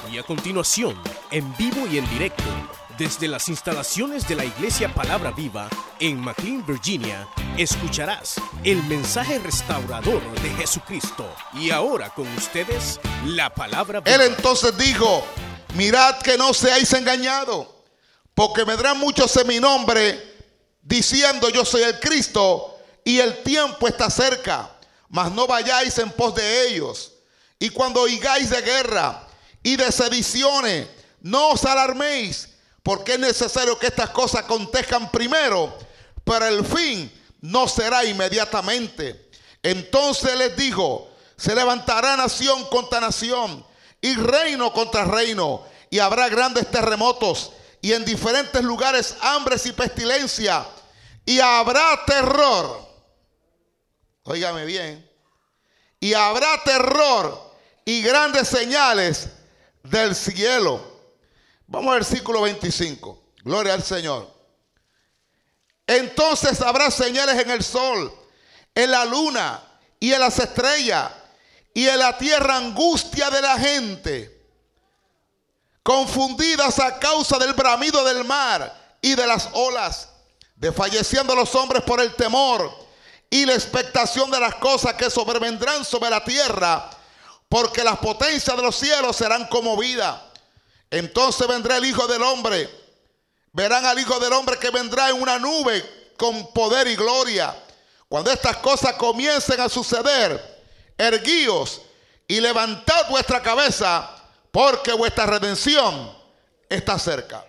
Y a continuación, en vivo y en directo, desde las instalaciones de la Iglesia Palabra Viva en McLean, Virginia, escucharás el mensaje restaurador de Jesucristo. Y ahora con ustedes, la Palabra Viva. Él entonces dijo: mirad que no seáis engañados, porque vendrán muchos en mi nombre, diciendo yo soy el Cristo, y el tiempo está cerca. Mas no vayáis en pos de ellos. Y cuando oigáis de guerra y de sediciones, no os alarméis, porque es necesario que estas cosas acontezcan primero, pero el fin no será inmediatamente. Entonces les dijo: se levantará nación contra nación y reino contra reino, y habrá grandes terremotos, y en diferentes lugares hambres y pestilencia, y habrá terror. Óigame bien. Y habrá terror y grandes señales del cielo. Vamos al versículo 25. Gloria al Señor. Entonces habrá señales en el sol, en la luna y en las estrellas, y en la tierra angustia de la gente, confundidas a causa del bramido del mar y de las olas, desfalleciendo los hombres por el temor y la expectación de las cosas que sobrevendrán sobre la tierra, porque las potencias de los cielos serán conmovidas. Entonces vendrá el Hijo del Hombre. Verán al Hijo del Hombre que vendrá en una nube con poder y gloria. Cuando estas cosas comiencen a suceder, erguíos y levantad vuestra cabeza, porque vuestra redención está cerca.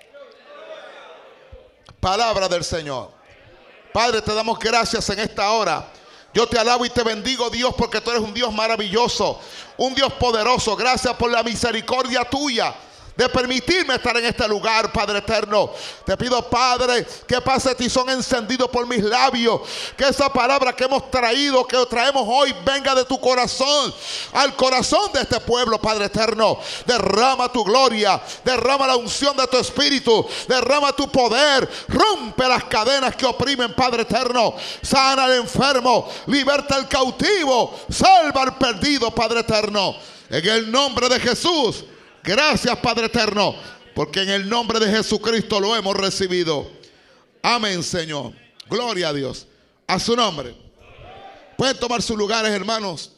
Palabra del Señor. Padre, te damos gracias en esta hora. Yo te alabo y te bendigo, Dios, porque tú eres un Dios maravilloso, un Dios poderoso. Gracias por la misericordia tuya de permitirme estar en este lugar, Padre eterno. Te pido, Padre, que pase tizón encendido por mis labios, que esa palabra que hemos traído, que traemos hoy, venga de tu corazón al corazón de este pueblo, Padre eterno. Derrama tu gloria, derrama la unción de tu espíritu, derrama tu poder, rompe las cadenas que oprimen, Padre eterno. Sana al enfermo, liberta al cautivo, salva al perdido, Padre eterno. En el nombre de Jesús. Gracias, Padre eterno, porque en el nombre de Jesucristo lo hemos recibido. Amén, Señor. Gloria a Dios. A su nombre. Pueden tomar sus lugares, hermanos.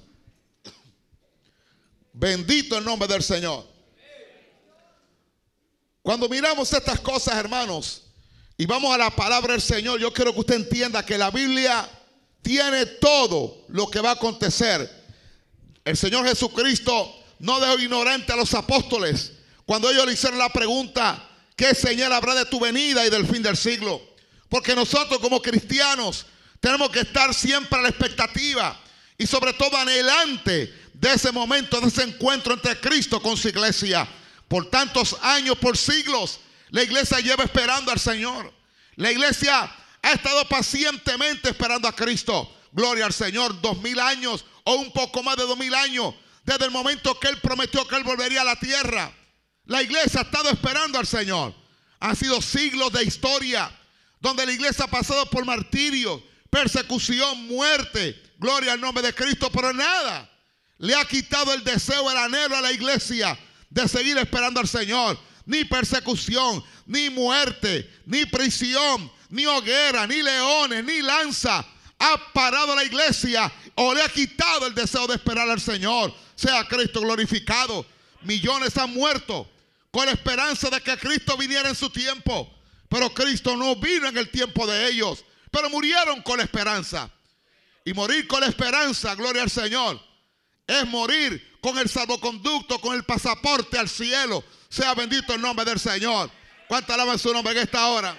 Bendito el nombre del Señor. Cuando miramos estas cosas, hermanos, y vamos a la palabra del Señor, yo quiero que usted entienda que la Biblia tiene todo lo que va a acontecer. El Señor Jesucristo no dejó ignorante a los apóstoles cuando ellos le hicieron la pregunta: ¿qué señal habrá de tu venida y del fin del siglo? Porque nosotros como cristianos tenemos que estar siempre a la expectativa y sobre todo anhelante de ese momento, de ese encuentro entre Cristo con su iglesia. Por tantos años, por siglos, la iglesia lleva esperando al Señor. La iglesia ha estado pacientemente esperando a Cristo. Gloria al Señor. 2000 años o un poco más de 2000 años desde el momento que Él prometió que Él volvería a la tierra. La iglesia ha estado esperando al Señor. Han sido siglos de historia donde la iglesia ha pasado por martirio, persecución, muerte. Gloria al nombre de Cristo. Pero nada le ha quitado el deseo, el anhelo a la iglesia de seguir esperando al Señor. Ni persecución, ni muerte, ni prisión, ni hoguera, ni leones, ni lanza ha parado a la iglesia o le ha quitado el deseo de esperar al Señor. Sea Cristo glorificado. Millones han muerto con la esperanza de que Cristo viniera en su tiempo, pero Cristo no vino en el tiempo de ellos, pero murieron con la esperanza. Y morir con la esperanza, gloria al Señor, es morir con el salvoconducto, con el pasaporte al cielo. Sea bendito el nombre del Señor. ¿Cuánto alaban su nombre en esta hora?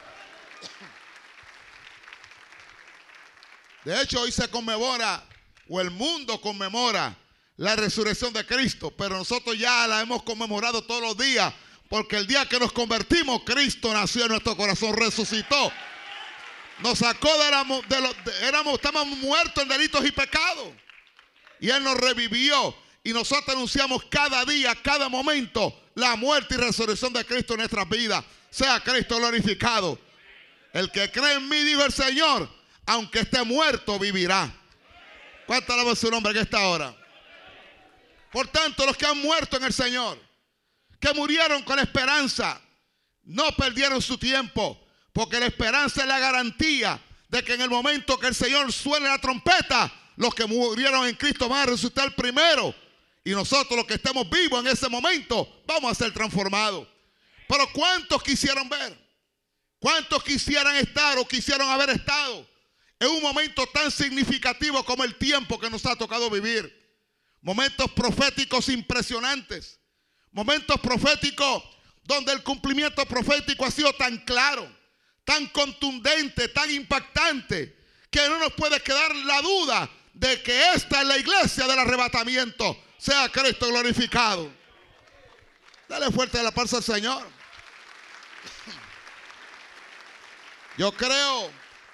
De hecho, hoy se conmemora, o el mundo conmemora, la resurrección de Cristo, pero nosotros ya la hemos conmemorado todos los días, porque el día que nos convertimos, Cristo nació en nuestro corazón, resucitó, nos sacó estábamos muertos en delitos y pecados, y Él nos revivió, y nosotros anunciamos cada día, cada momento, la muerte y resurrección de Cristo en nuestras vidas. Sea Cristo glorificado. El que cree en mí, dijo el Señor, aunque esté muerto, vivirá. ¿Cuánto alaba su nombre en esta hora? Por tanto, los que han muerto en el Señor, que murieron con esperanza, no perdieron su tiempo, porque la esperanza es la garantía de que en el momento que el Señor suene la trompeta, los que murieron en Cristo van a resucitar primero, y nosotros los que estemos vivos en ese momento vamos a ser transformados. Pero ¿cuántos quisieron ver? ¿Cuántos quisieran estar o quisieron haber estado en un momento tan significativo como el tiempo que nos ha tocado vivir? Momentos proféticos impresionantes, momentos proféticos donde el cumplimiento profético ha sido tan claro, tan contundente, tan impactante, que no nos puede quedar la duda de que esta es la iglesia del arrebatamiento. Sea Cristo glorificado. Dale fuerte el aplauso al Señor. Yo creo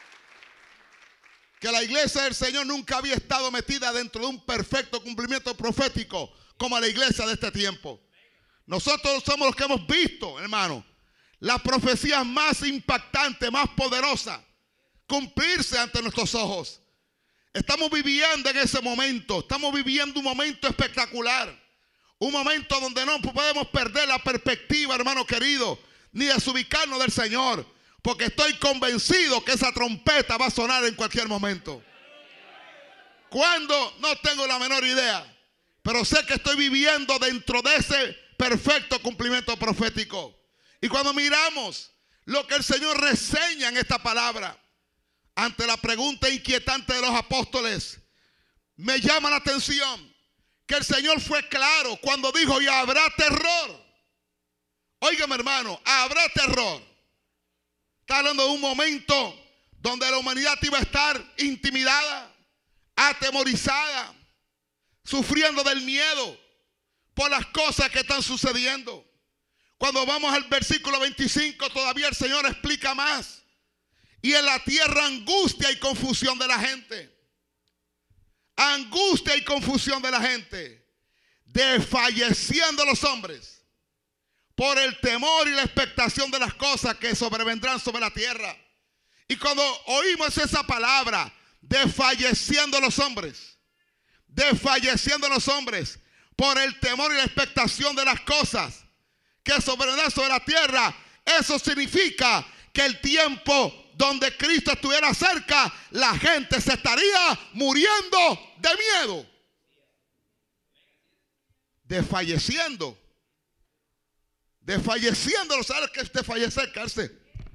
que la iglesia del Señor nunca había estado metida dentro de un perfecto cumplimiento profético como la iglesia de este tiempo. Nosotros somos los que hemos visto, hermano, las profecías más impactantes, más poderosas, cumplirse ante nuestros ojos. Estamos viviendo en ese momento, estamos viviendo un momento espectacular, un momento donde no podemos perder la perspectiva, hermano querido, ni desubicarnos del Señor, porque estoy convencido que esa trompeta va a sonar en cualquier momento. ¿Cuándo? No tengo la menor idea, pero sé que estoy viviendo dentro de ese perfecto cumplimiento profético. Y cuando miramos lo que el Señor reseña en esta palabra, ante la pregunta inquietante de los apóstoles, me llama la atención que el Señor fue claro cuando dijo: y habrá terror. Óigame, hermano, habrá terror. Está hablando de un momento donde la humanidad iba a estar intimidada, atemorizada, sufriendo del miedo por las cosas que están sucediendo. Cuando vamos al versículo 25, todavía el Señor explica más. Y en la tierra angustia y confusión de la gente. Angustia y confusión de la gente. Desfalleciendo los hombres por el temor y la expectación de las cosas que sobrevendrán sobre la tierra. Y cuando oímos esa palabra, desfalleciendo los hombres, desfalleciendo los hombres por el temor y la expectación de las cosas que sobrevendrán sobre la tierra, eso significa que el tiempo donde Cristo estuviera cerca, la gente se estaría muriendo de miedo, desfalleciendo. Desfalleciendo, ¿sabes qué es desfallecer? Caerse.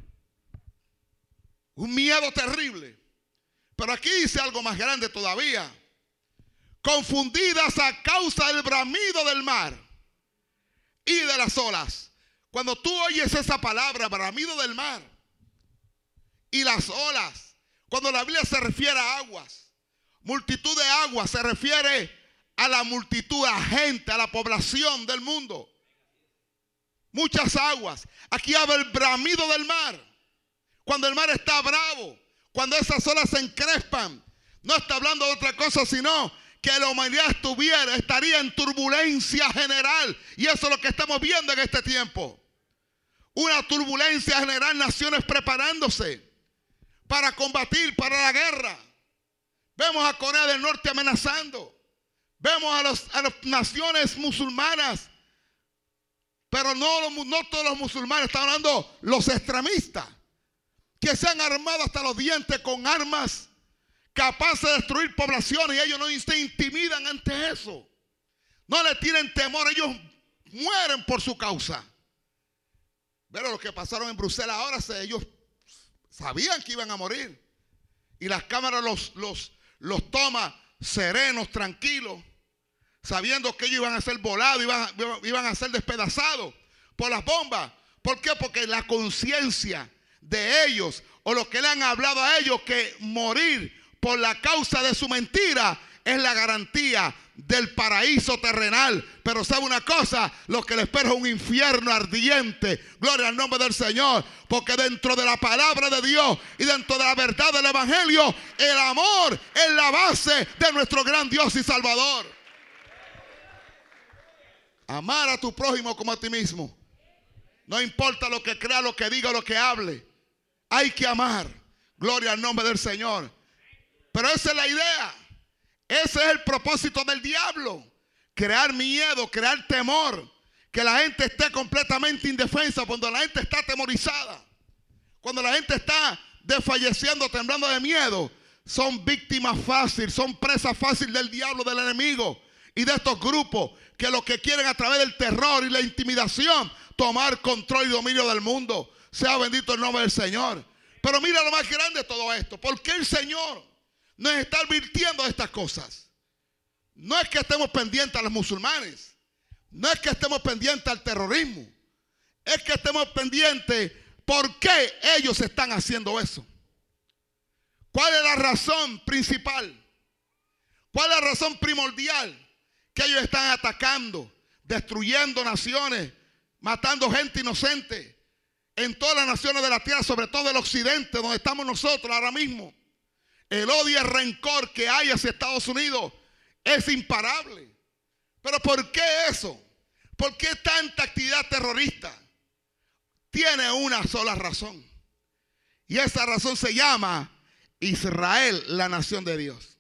Un miedo terrible. Pero aquí dice algo más grande todavía. Confundidas a causa del bramido del mar y de las olas. Cuando tú oyes esa palabra, bramido del mar y las olas, cuando la Biblia se refiere a aguas, multitud de aguas, se refiere a la multitud, a la gente, a la población del mundo. Muchas aguas. Aquí habla el bramido del mar. Cuando el mar está bravo, cuando esas olas se encrespan, no está hablando de otra cosa sino que la humanidad estaría en turbulencia general. Y eso es lo que estamos viendo en este tiempo. Una turbulencia general, naciones preparándose para combatir, para la guerra. Vemos a Corea del Norte amenazando. Vemos a las naciones musulmanas. Pero no todos los musulmanes, están hablando los extremistas, que se han armado hasta los dientes con armas capaces de destruir poblaciones, y ellos no se intimidan ante eso. No le tienen temor, ellos mueren por su causa. Pero lo que pasaron en Bruselas ahora, ellos sabían que iban a morir. Y las cámaras los toma serenos, tranquilos, sabiendo que ellos iban a ser volados, iban a ser despedazados por las bombas. ¿Por qué? Porque la conciencia de ellos, o lo que le han hablado a ellos, que morir por la causa de su mentira es la garantía del paraíso terrenal. Pero ¿sabe una cosa? Lo que le espera es un infierno ardiente. Gloria al nombre del Señor. Porque dentro de la palabra de Dios y dentro de la verdad del evangelio, el amor es la base de nuestro gran Dios y Salvador. Amar a tu prójimo como a ti mismo. No importa lo que crea, lo que diga, lo que hable. Hay que amar. Gloria al nombre del Señor. Pero esa es la idea. Ese es el propósito del diablo. Crear miedo, crear temor, que la gente esté completamente indefensa, cuando la gente está atemorizada, cuando la gente está desfalleciendo, temblando de miedo, son víctimas fáciles, son presa fácil del diablo, del enemigo y de estos grupos que lo que quieren a través del terror y la intimidación tomar control y dominio del mundo. Sea bendito el nombre del Señor. Pero mira lo más grande de todo esto. ¿Por qué el Señor nos está advirtiendo de estas cosas? No es que estemos pendientes a los musulmanes. No es que estemos pendientes al terrorismo. Es que estemos pendientes por qué ellos están haciendo eso. ¿Cuál es la razón principal? ¿Cuál es la razón primordial que ellos están atacando, destruyendo naciones, matando gente inocente en todas las naciones de la tierra, sobre todo el occidente, donde estamos nosotros ahora mismo? El odio y el rencor que hay hacia Estados Unidos es imparable. ¿Pero por qué eso? ¿Por qué tanta actividad terrorista? Tiene una sola razón. Y esa razón se llama Israel, la nación de Dios.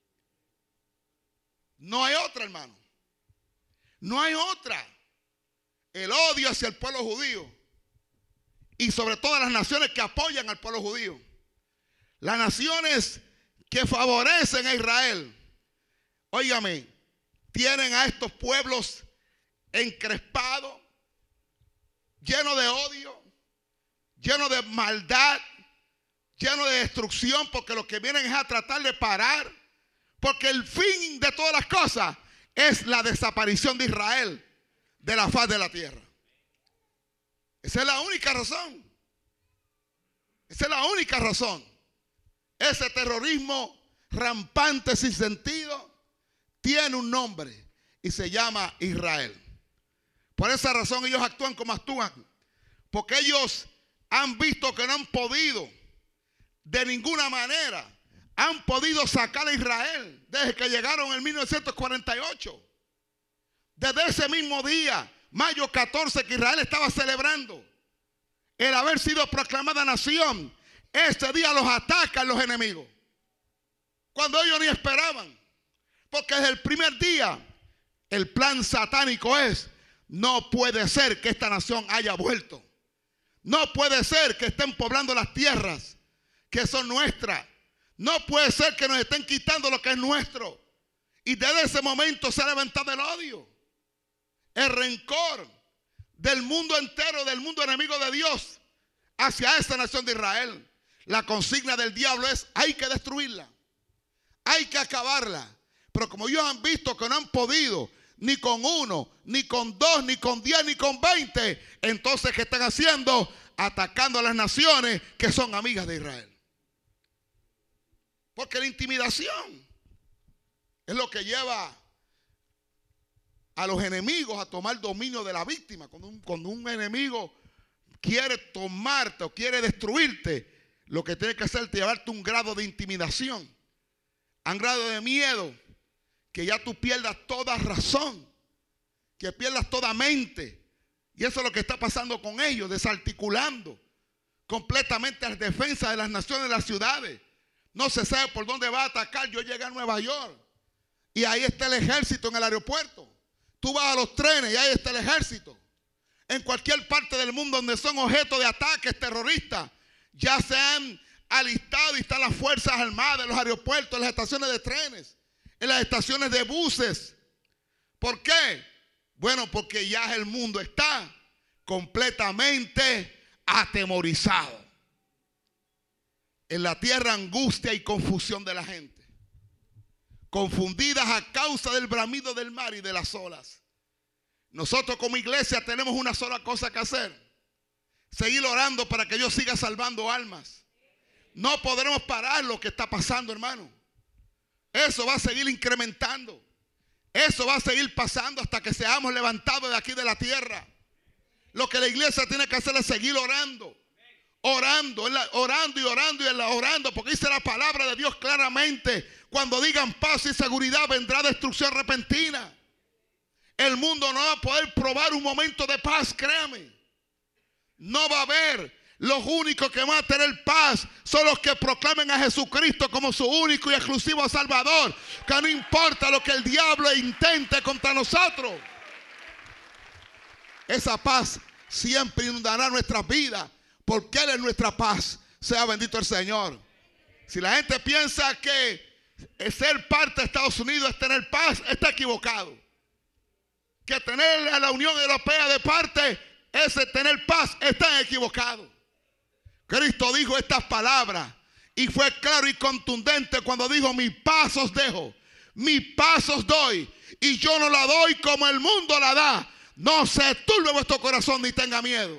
No hay otra, hermano. No hay otra. El odio hacia el pueblo judío. Y sobre todo las naciones que apoyan al pueblo judío. Las naciones que favorecen a Israel. Óigame, tienen a estos pueblos encrespados, llenos de odio, llenos de maldad, llenos de destrucción, porque lo que vienen es a tratar de parar, porque el fin de todas las cosas es la desaparición de Israel de la faz de la tierra. Esa es la única razón. Esa es la única razón. Ese terrorismo rampante sin sentido tiene un nombre y se llama Israel. Por esa razón ellos actúan como actúan, porque ellos han visto que no han podido de ninguna manera, han podido sacar a Israel desde que llegaron en 1948. Desde ese mismo día, mayo 14, que Israel estaba celebrando el haber sido proclamada nación, ese día los atacan los enemigos, cuando ellos ni esperaban. Porque desde el primer día el plan satánico es: no puede ser que esta nación haya vuelto. No puede ser que estén poblando las tierras que son nuestras. No puede ser que nos estén quitando lo que es nuestro. Y desde ese momento se ha levantado el odio, el rencor del mundo entero, del mundo enemigo de Dios, hacia esta nación de Israel. La consigna del diablo es: hay que destruirla, hay que acabarla. Pero como ellos han visto que no han podido, ni con 1, ni con 2, ni con 10, ni con 20, entonces ¿qué están haciendo? Atacando a las naciones que son amigas de Israel. Porque la intimidación es lo que lleva a los enemigos a tomar dominio de la víctima. Cuando un enemigo quiere tomarte o quiere destruirte, lo que tiene que hacer es llevarte un grado de intimidación, a un grado de miedo, que ya tú pierdas toda razón, que pierdas toda mente. Y eso es lo que está pasando con ellos, desarticulando completamente las defensas de las naciones, de las ciudades. No se sabe por dónde va a atacar. Yo llegué a Nueva York y ahí está el ejército en el aeropuerto. Tú vas a los trenes y ahí está el ejército. En cualquier parte del mundo donde son objeto de ataques terroristas, ya se han alistado y están las fuerzas armadas en los aeropuertos, en las estaciones de trenes, en las estaciones de buses. ¿Por qué? Bueno, porque ya el mundo está completamente atemorizado. En la tierra, angustia y confusión de la gente, confundidas a causa del bramido del mar y de las olas. Nosotros como iglesia tenemos una sola cosa que hacer: seguir orando para que Dios siga salvando almas. No podremos parar lo que está pasando, hermano. Eso va a seguir incrementando. Eso va a seguir pasando hasta que seamos levantados de aquí de la tierra. Lo que la iglesia tiene que hacer es seguir orando. Orando y orando, porque dice la palabra de Dios claramente: cuando digan paz y seguridad, vendrá destrucción repentina. El mundo no va a poder probar un momento de paz, créame. No va a haber. Los únicos que van a tener paz son los que proclamen a Jesucristo como su único y exclusivo Salvador, que no importa lo que el diablo intente contra nosotros. esa paz siempre inundará nuestras vidas, porque Él es nuestra paz. Sea bendito el Señor. Si la gente piensa que ser parte de Estados Unidos es tener paz, está equivocado. Que tener a la Unión Europea de parte es tener paz, está equivocado. Cristo dijo estas palabras y fue claro y contundente cuando dijo: mi paz os dejo, mi paz os doy, y yo no la doy como el mundo la da. No se turbe vuestro corazón ni tenga miedo.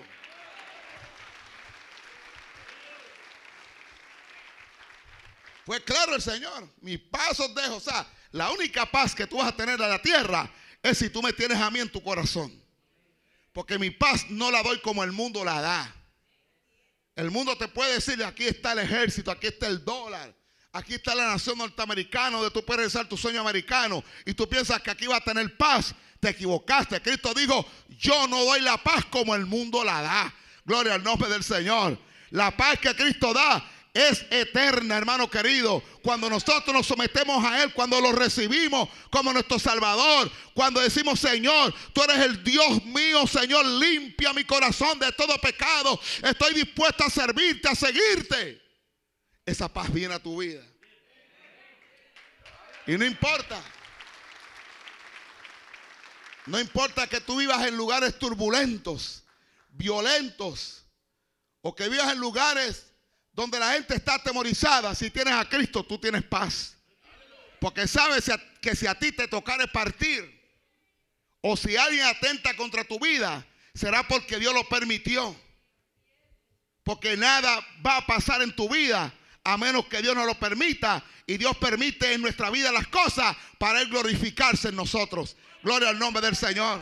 Fue claro el Señor: mi paz os dejo. O sea, la única paz que tú vas a tener en la tierra es si tú me tienes a mí en tu corazón. Porque mi paz no la doy como el mundo la da. El mundo te puede decir: aquí está el ejército, aquí está el dólar, aquí está la nación norteamericana, donde tú puedes realizar tu sueño americano, y tú piensas que aquí va a tener paz. Te equivocaste. Cristo dijo: yo no doy la paz como el mundo la da. Gloria al nombre del Señor. La paz que Cristo da es eterna, hermano querido. Cuando nosotros nos sometemos a Él, cuando lo recibimos como nuestro Salvador, cuando decimos: Señor, tú eres el Dios mío, Señor, limpia mi corazón de todo pecado, estoy dispuesto a servirte, a seguirte. Esa paz viene a tu vida. Y no importa que tú vivas en lugares turbulentos, violentos, o que vivas en lugares donde la gente está atemorizada. Si tienes a Cristo, tú tienes paz. Porque sabes que si a ti te tocare partir, o si alguien atenta contra tu vida, será porque Dios lo permitió. Porque nada va a pasar en tu vida a menos que Dios nos lo permita. Y Dios permite en nuestra vida las cosas para Él glorificarse en nosotros. Gloria al nombre del Señor.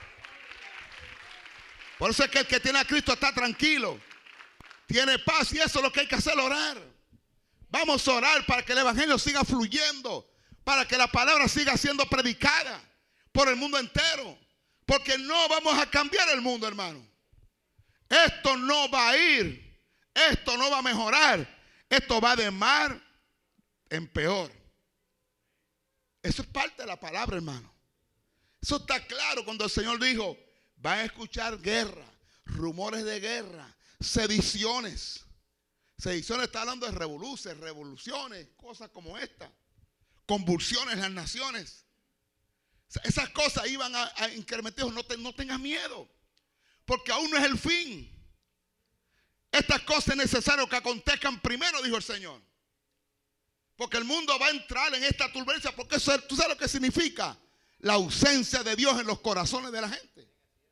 Por eso es que el que tiene a Cristo está tranquilo, tiene paz, y eso es lo que hay que hacer: orar. Vamos a orar para que el evangelio siga fluyendo, para que la palabra siga siendo predicada por el mundo entero. Porque no vamos a cambiar el mundo, hermano. Esto no va a ir, esto no va a mejorar, esto va de mal en peor. Eso es parte de la palabra, hermano. Eso está claro cuando el Señor dijo: van a escuchar guerra, rumores de guerra, sediciones. Sediciones está hablando de revoluciones, cosas como esta, convulsiones en las naciones. Esas cosas iban a incrementar. No tengas miedo, porque aún no es el fin. Estas cosas es necesario que acontezcan primero, dijo el Señor. Porque el mundo va a entrar en esta turbulencia, porque eso, tú sabes lo que significa la ausencia de Dios en los corazones de la gente.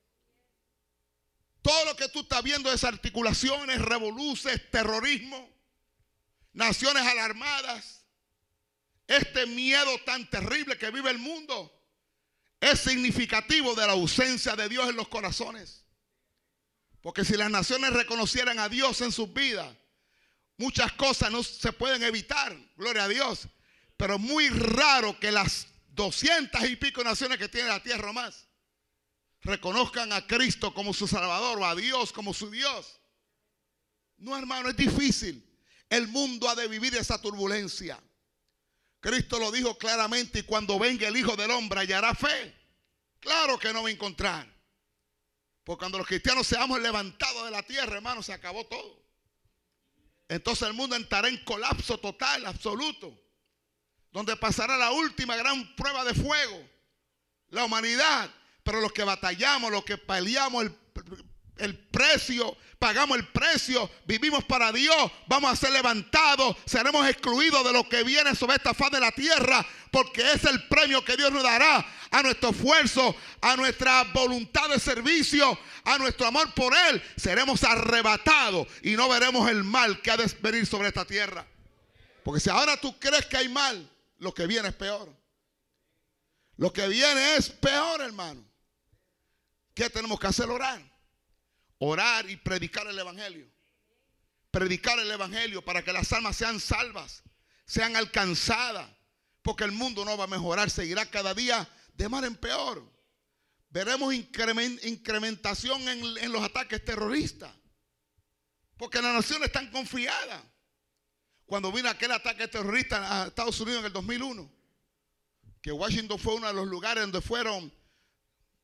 Todo lo que tú estás viendo es articulaciones, revoluciones, terrorismo, naciones alarmadas. Este miedo tan terrible que vive el mundo es significativo de la ausencia de Dios en los corazones. Porque si las naciones reconocieran a Dios en sus vidas, muchas cosas no se pueden evitar, gloria a Dios. Pero es muy raro que las 200 y pico naciones que tiene la tierra más reconozcan a Cristo como su Salvador o a Dios como su Dios. No, hermano, es difícil. El mundo ha de vivir esa turbulencia. Cristo lo dijo claramente: y cuando venga el Hijo del Hombre, hallará fe. Claro que no va a encontrar. Porque cuando los cristianos seamos levantados de la tierra, hermano, se acabó todo. Entonces el mundo entrará en colapso total, absoluto, donde pasará la última gran prueba de fuego, la humanidad. Pero los que batallamos, los que peleamos el precio, pagamos el precio, vivimos para Dios, vamos a ser levantados, seremos excluidos de lo que viene sobre esta faz de la tierra, porque es el premio que Dios nos dará a nuestro esfuerzo, a nuestra voluntad de servicio, a nuestro amor por Él. Seremos arrebatados y no veremos el mal que ha de venir sobre esta tierra. Porque si ahora tú crees que hay mal, lo que viene es peor. Lo que viene es peor, hermano. ¿Qué tenemos que hacer? Orar. Orar y predicar el evangelio. Predicar el evangelio para que las almas sean salvas, sean alcanzadas. Porque el mundo no va a mejorar, seguirá cada día de mal en peor. Veremos incrementación en los ataques terroristas. Porque las naciones están confiadas. Cuando vino aquel ataque terrorista a Estados Unidos en el 2001, que Washington fue uno de los lugares donde fueron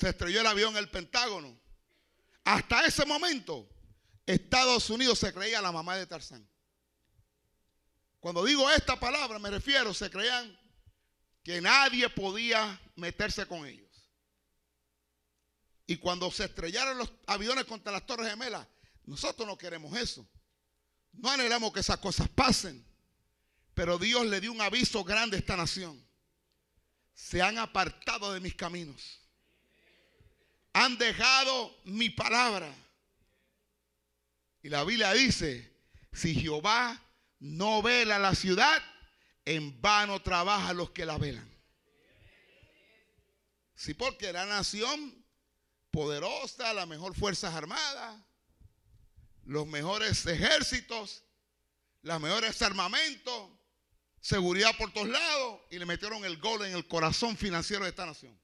se estrelló el avión en el Pentágono. Hasta ese momento, Estados Unidos se creía la mamá de Tarzán. Cuando digo esta palabra me refiero, se creían que nadie podía meterse con ellos. Y cuando se estrellaron los aviones contra las Torres Gemelas, nosotros no queremos eso. No anhelamos que esas cosas pasen. Pero Dios le dio un aviso grande a esta nación. Se han apartado de mis caminos. Han dejado mi palabra. Y la Biblia dice, si Jehová no vela la ciudad, en vano trabajan los que la velan. Sí, porque la nación poderosa, las mejores fuerzas armadas, los mejores ejércitos, los mejores armamentos, seguridad por todos lados, y le metieron el gol en el corazón financiero de esta nación.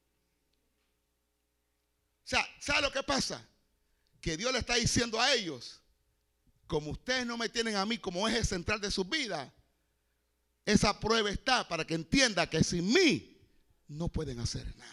O sea, ¿sabe lo que pasa? Que Dios le está diciendo a ellos, como ustedes no me tienen a mí como eje central de sus vidas, esa prueba está para que entienda que sin mí no pueden hacer nada.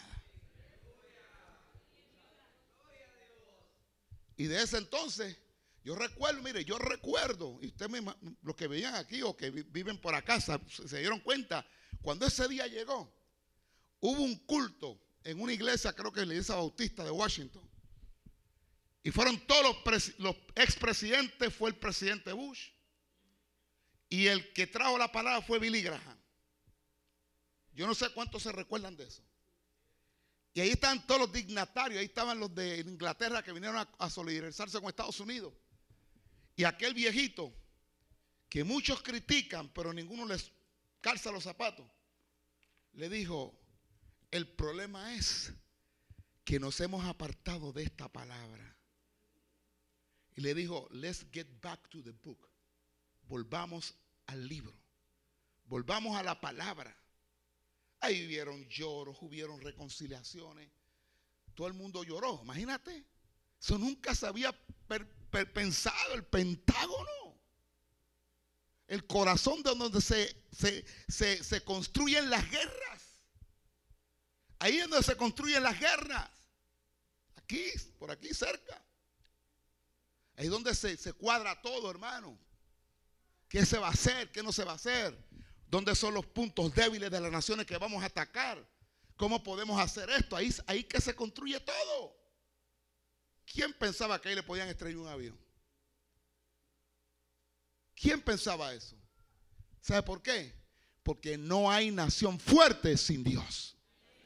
Y de ese entonces, yo recuerdo, y ustedes los que veían aquí o que viven por acá se dieron cuenta, cuando ese día llegó, hubo un culto en una iglesia, creo que es la iglesia bautista de Washington. Y fueron todos los expresidentes, fue el presidente Bush. Y el que trajo la palabra fue Billy Graham. Yo no sé cuántos se recuerdan de eso. Y ahí estaban todos los dignatarios, ahí estaban los de Inglaterra que vinieron a solidarizarse con Estados Unidos. Y aquel viejito, que muchos critican, pero ninguno les calza los zapatos, le dijo, el problema es que nos hemos apartado de esta palabra. Y le dijo, let's get back to the book. Volvamos al libro. Volvamos a la palabra. Ahí hubieron lloros, hubieron reconciliaciones. Todo el mundo lloró, imagínate. Eso nunca se había pensado, el Pentágono. El corazón de donde se construyen las guerras. Ahí es donde se construyen las guerras. Aquí, por aquí cerca. Ahí es donde se cuadra todo, hermano. ¿Qué se va a hacer? ¿Qué no se va a hacer? ¿Dónde son los puntos débiles de las naciones que vamos a atacar? ¿Cómo podemos hacer esto? Ahí que se construye todo. ¿Quién pensaba que ahí le podían estrellar un avión? ¿Quién pensaba eso? ¿Sabe por qué? Porque no hay nación fuerte sin Dios.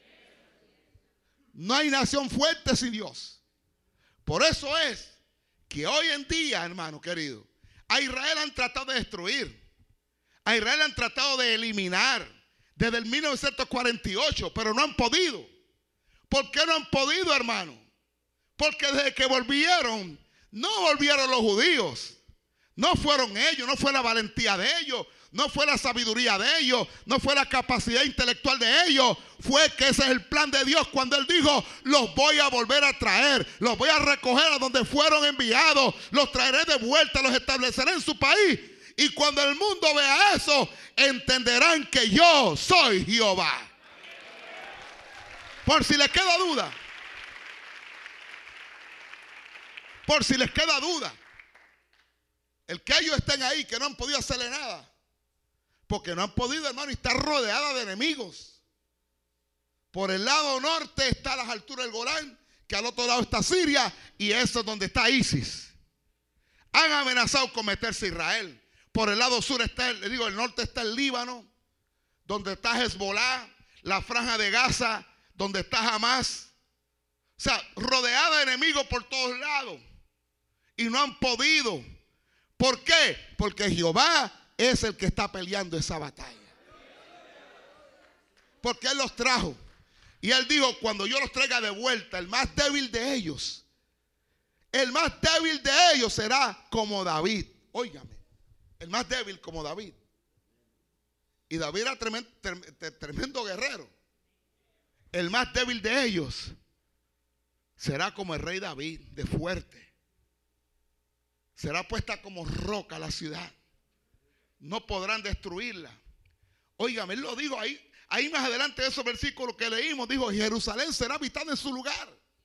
No hay nación fuerte sin Dios. Por eso es que hoy en día, hermano querido, a Israel han tratado de destruir. A Israel han tratado de eliminar desde el 1948, pero no han podido. ¿Por qué no han podido, hermano? Porque desde que volvieron, no volvieron los judíos. No fueron ellos, no fue la valentía de ellos, no fue la sabiduría de ellos, no fue la capacidad intelectual de ellos. Fue que ese es el plan de Dios cuando Él dijo, los voy a volver a traer, los voy a recoger a donde fueron enviados, los traeré de vuelta, los estableceré en su país. Y cuando el mundo vea eso, entenderán que yo soy Jehová. Por si les queda duda. Por si les queda duda. El que ellos estén ahí, que no han podido hacerle nada. Porque no han podido, hermano, y está rodeada de enemigos. Por el lado norte está a las alturas del Golán, que al otro lado está Siria, y eso es donde está ISIS. Han amenazado con meterse a Israel. Por el lado sur está, el norte está el Líbano, donde está Hezbollah, la franja de Gaza, donde está Hamas. O sea, rodeada de enemigos por todos lados. Y no han podido. ¿Por qué? Porque Jehová es el que está peleando esa batalla. Porque Él los trajo. Y Él dijo, cuando yo los traiga de vuelta, el más débil de ellos será como David. Óigame. El más débil como David. Y David era tremendo guerrero. El más débil de ellos será como el rey David, de fuerte. Será puesta como roca la ciudad. No podrán destruirla. Óigame, Él lo dijo ahí más adelante de esos versículos que leímos. Dijo, Jerusalén será habitada en su lugar.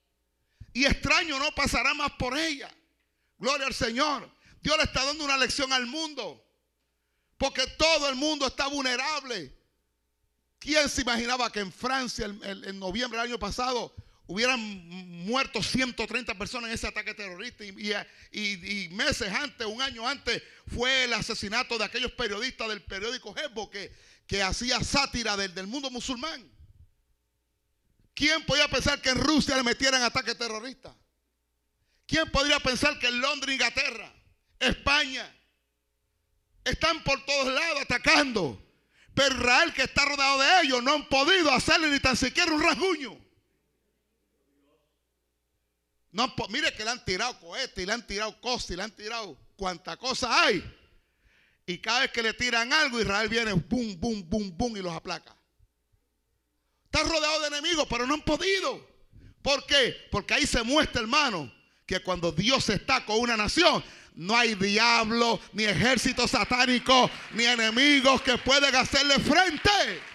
y extraño no pasará más por ella. Gloria al Señor. Dios le está dando una lección al mundo, porque todo el mundo está vulnerable. ¿Quién se imaginaba que en Francia en noviembre del año pasado hubieran muerto 130 personas en ese ataque terrorista? Y meses antes, un año antes, fue el asesinato de aquellos periodistas del periódico Hezbo que hacía sátira del mundo musulmán. ¿Quién podía pensar que en Rusia le metieran ataques terroristas? ¿Quién podría pensar que en Londres, Inglaterra, España, están por todos lados atacando? Pero Israel, que está rodeado de ellos, no han podido hacerle ni tan siquiera un rasguño. No, mire que le han tirado cohetes, y le han tirado cosas, y le han tirado cuanta cosa hay. Y cada vez que le tiran algo, Israel viene, boom, boom, boom, boom, y los aplaca. Está rodeado de enemigos, pero no han podido. ¿Por qué? Porque ahí se muestra, hermano, que cuando Dios está con una nación, no hay diablo, ni ejército satánico, ni enemigos que puedan hacerle frente.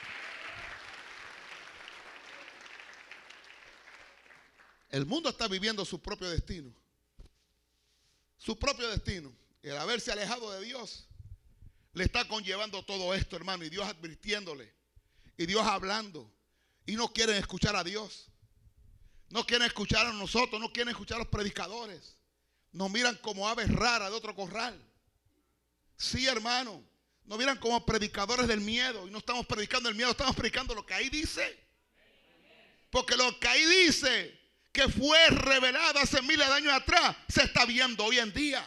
El mundo está viviendo su propio destino. Su propio destino. El haberse alejado de Dios le está conllevando todo esto, hermano. Y Dios advirtiéndole. Y Dios hablando. Y no quieren escuchar a Dios. No quieren escuchar a nosotros. No quieren escuchar a los predicadores. Nos miran como aves raras de otro corral. Sí, hermano. Nos miran como predicadores del miedo. Y no estamos predicando el miedo, estamos predicando lo que ahí dice. Porque lo que ahí dice, que fue revelado hace miles de años atrás, se está viendo hoy en día.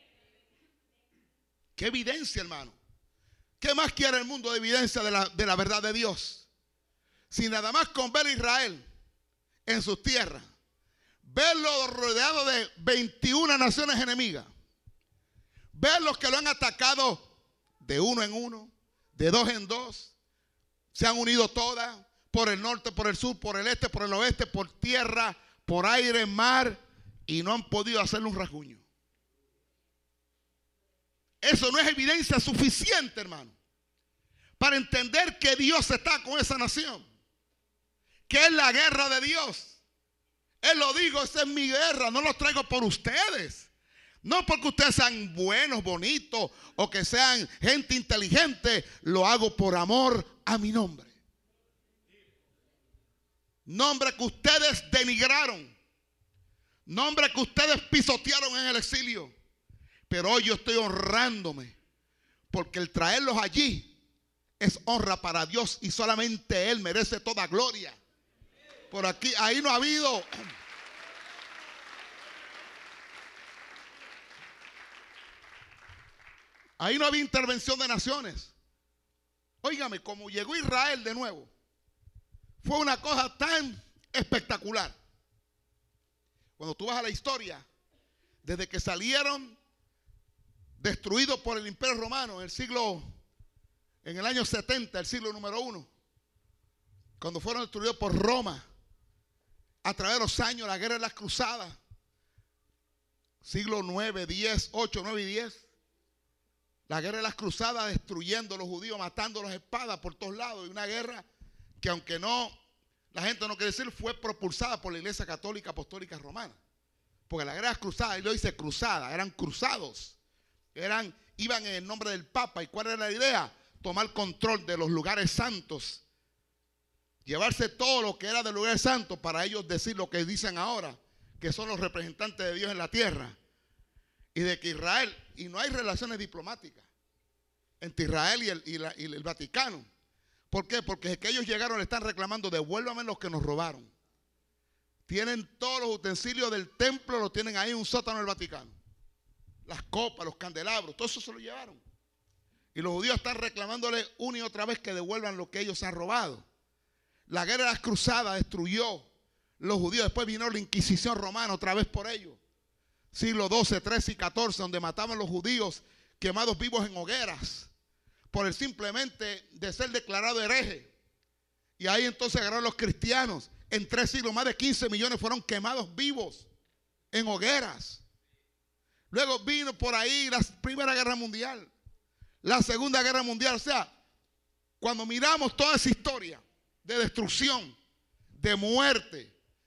¿Qué evidencia, hermano? ¿Qué más quiere el mundo de evidencia de la verdad de Dios? Si nada más con ver a Israel en sus tierras, verlo rodeado de 21 naciones enemigas, ver los que lo han atacado de uno en uno, de dos en dos, se han unido todas, por el norte, por el sur, por el este, por el oeste, por tierra, por aire, mar, y no han podido hacerle un rasguño. Eso no es evidencia suficiente, hermano, para entender que Dios está con esa nación, que es la guerra de Dios. Él lo dijo, esa es mi guerra, no lo traigo por ustedes. No porque ustedes sean buenos, bonitos, o que sean gente inteligente, lo hago por amor a mi nombre. Nombre que ustedes denigraron, nombre que ustedes pisotearon en el exilio. Pero hoy yo estoy honrándome, porque el traerlos allí es honra para Dios y solamente Él merece toda gloria. Por aquí, ahí no ha habido. Ahí no había intervención de naciones. Óigame, como llegó Israel de nuevo, fue una cosa tan espectacular. Cuando tú vas a la historia, desde que salieron destruidos por el Imperio Romano en el año 70, el siglo número 1, cuando fueron destruidos por Roma, a través de los años, la guerra de las cruzadas, siglo 9, 10, 8, 9 y 10, la guerra de las cruzadas destruyendo a los judíos, matando las espadas por todos lados, y una guerra que aunque no, la gente no quiere decir, fue propulsada por la Iglesia Católica Apostólica Romana. Porque la guerra de las cruzadas, él lo dice cruzada, eran cruzados, iban en el nombre del Papa. ¿Y cuál era la idea? Tomar control de los lugares santos, llevarse todo lo que era del lugar santo para ellos decir lo que dicen ahora, que son los representantes de Dios en la tierra. Y de que Israel, y no hay relaciones diplomáticas entre Israel y el Vaticano. ¿Por qué? Porque desde que ellos llegaron le están reclamando, devuélvame los que nos robaron. Tienen todos los utensilios del templo, lo tienen ahí en un sótano del Vaticano. Las copas, los candelabros, todo eso se lo llevaron. Y los judíos están reclamándole una y otra vez que devuelvan lo que ellos han robado. La guerra de las cruzadas destruyó los judíos. Después vino la Inquisición romana otra vez por ellos. Siglo XII, XIII y XIV, donde mataban a los judíos quemados vivos en hogueras por el simplemente de ser declarado hereje. Y ahí entonces agarraron los cristianos. En 3 siglos más de 15 millones fueron quemados vivos en hogueras. Luego vino por ahí la Primera Guerra Mundial, la Segunda Guerra Mundial. O sea, cuando miramos toda esa historia de destrucción, de muerte,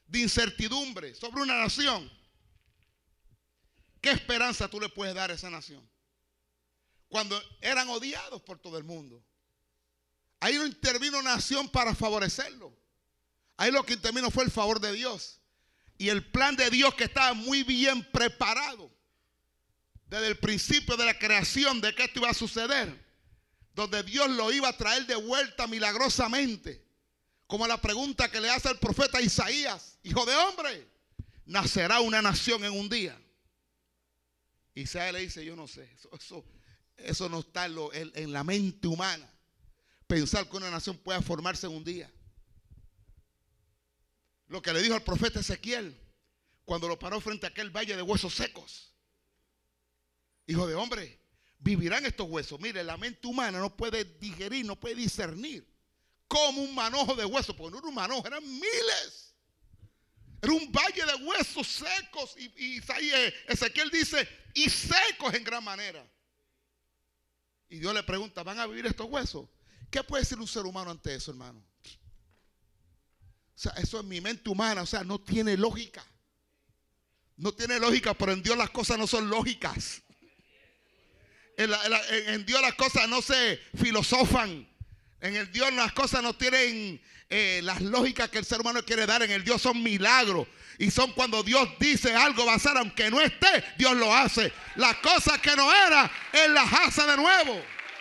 de incertidumbre sobre una nación, ¿qué esperanza tú le puedes dar a esa nación? Cuando eran odiados por todo el mundo. Ahí no intervino nación para favorecerlo. Ahí lo que intervino fue el favor de Dios. Y el plan de Dios que estaba muy bien preparado desde el principio de la creación de que esto iba a suceder. Donde Dios lo iba a traer de vuelta milagrosamente. Como la pregunta que le hace el profeta Isaías: hijo de hombre, ¿nacerá una nación en un día? Isaías le dice: yo no sé, eso no está en la mente humana. Pensar que una nación pueda formarse en un día. Lo que le dijo al profeta Ezequiel cuando lo paró frente a aquel valle de huesos secos: hijo de hombre, ¿vivirán estos huesos? Mire, la mente humana no puede digerir, no puede discernir como un manojo de huesos, porque no era un manojo, eran miles. Era un valle de huesos secos. Y Ezequiel dice: y secos en gran manera. Y Dios le pregunta: ¿van a vivir estos huesos? ¿Qué puede decir un ser humano ante eso, hermano? O sea, eso es mi mente humana, o sea, no tiene lógica. No tiene lógica, pero en Dios las cosas no son lógicas. En Dios las cosas no se filosofan. En el Dios las cosas no tienen las lógicas que el ser humano quiere dar. En el Dios son milagros. Y son cuando Dios dice algo va a ser, aunque no esté, Dios lo hace. Las cosas que no eran, Él las hace de nuevo.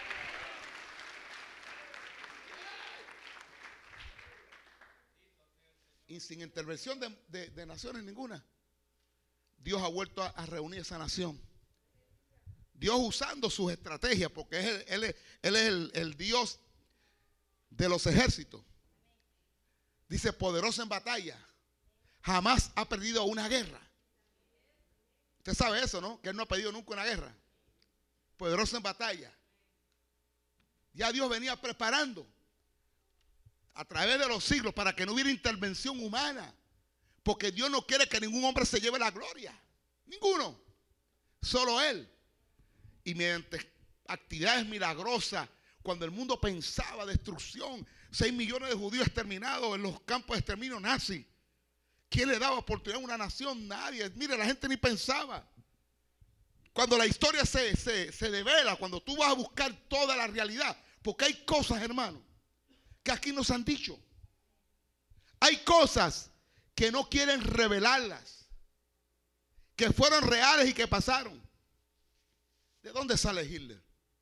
Y sin intervención de naciones ninguna, Dios ha vuelto a reunir esa nación. Dios usando sus estrategias, porque Él es el Dios de los ejércitos. Dice: poderoso en batalla, jamás ha perdido una guerra. Usted sabe eso, ¿no? Que Él no ha perdido nunca una guerra. Poderoso en batalla. Ya Dios venía preparando a través de los siglos para que no hubiera intervención humana, porque Dios no quiere que ningún hombre se lleve la gloria. Ninguno. Solo Él. Y mediante actividades milagrosas, cuando el mundo pensaba destrucción, 6 millones de judíos exterminados en los campos de exterminio nazi. ¿Quién le daba oportunidad a una nación? Nadie. Mire, la gente ni pensaba. Cuando la historia se devela, cuando tú vas a buscar toda la realidad, porque hay cosas, hermano, que aquí nos han dicho. Hay cosas que no quieren revelarlas, que fueron reales y que pasaron. ¿De dónde sale Hitler?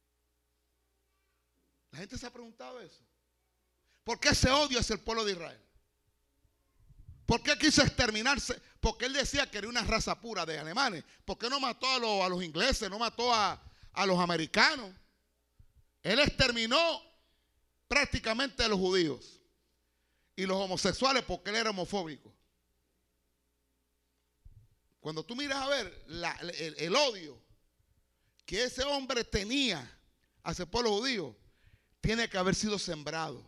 La gente se ha preguntado eso. ¿Por qué ese odio hacia el pueblo de Israel? ¿Por qué quiso exterminarse? Porque él decía que era una raza pura de alemanes. ¿Por qué no mató a los ingleses? No mató a los americanos. Él exterminó prácticamente a los judíos y los homosexuales porque él era homofóbico. Cuando tú miras a ver el odio que ese hombre tenía hacia el pueblo judío, tiene que haber sido sembrado.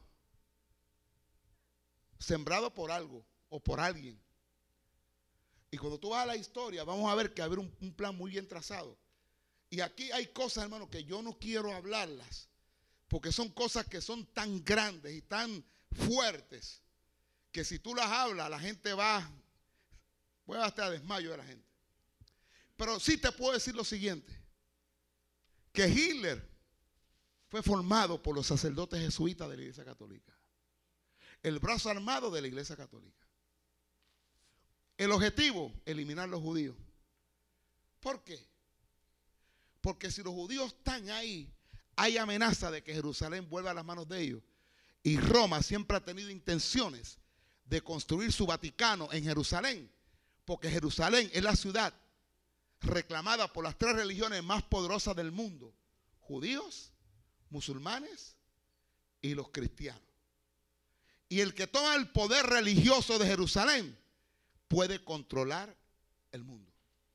Sembrado por algo o por alguien. Y cuando tú vas a la historia, vamos a ver que haber un plan muy bien trazado. Y aquí hay cosas, hermano, que yo no quiero hablarlas, porque son cosas que son tan grandes y tan fuertes, que si tú las hablas, la gente puede hasta desmayo de la gente. Pero sí te puedo decir lo siguiente, que Hitler fue formado por los sacerdotes jesuitas de la Iglesia Católica, el brazo armado de la Iglesia Católica. El objetivo: eliminar los judíos. ¿Por qué? Porque si los judíos están ahí, hay amenaza de que Jerusalén vuelva a las manos de ellos. Y Roma siempre ha tenido intenciones de construir su Vaticano en Jerusalén, porque Jerusalén es la ciudad reclamada por las 3 religiones más poderosas del mundo: judíos, musulmanes y los cristianos. Y el que toma el poder religioso de Jerusalén puede controlar el mundo.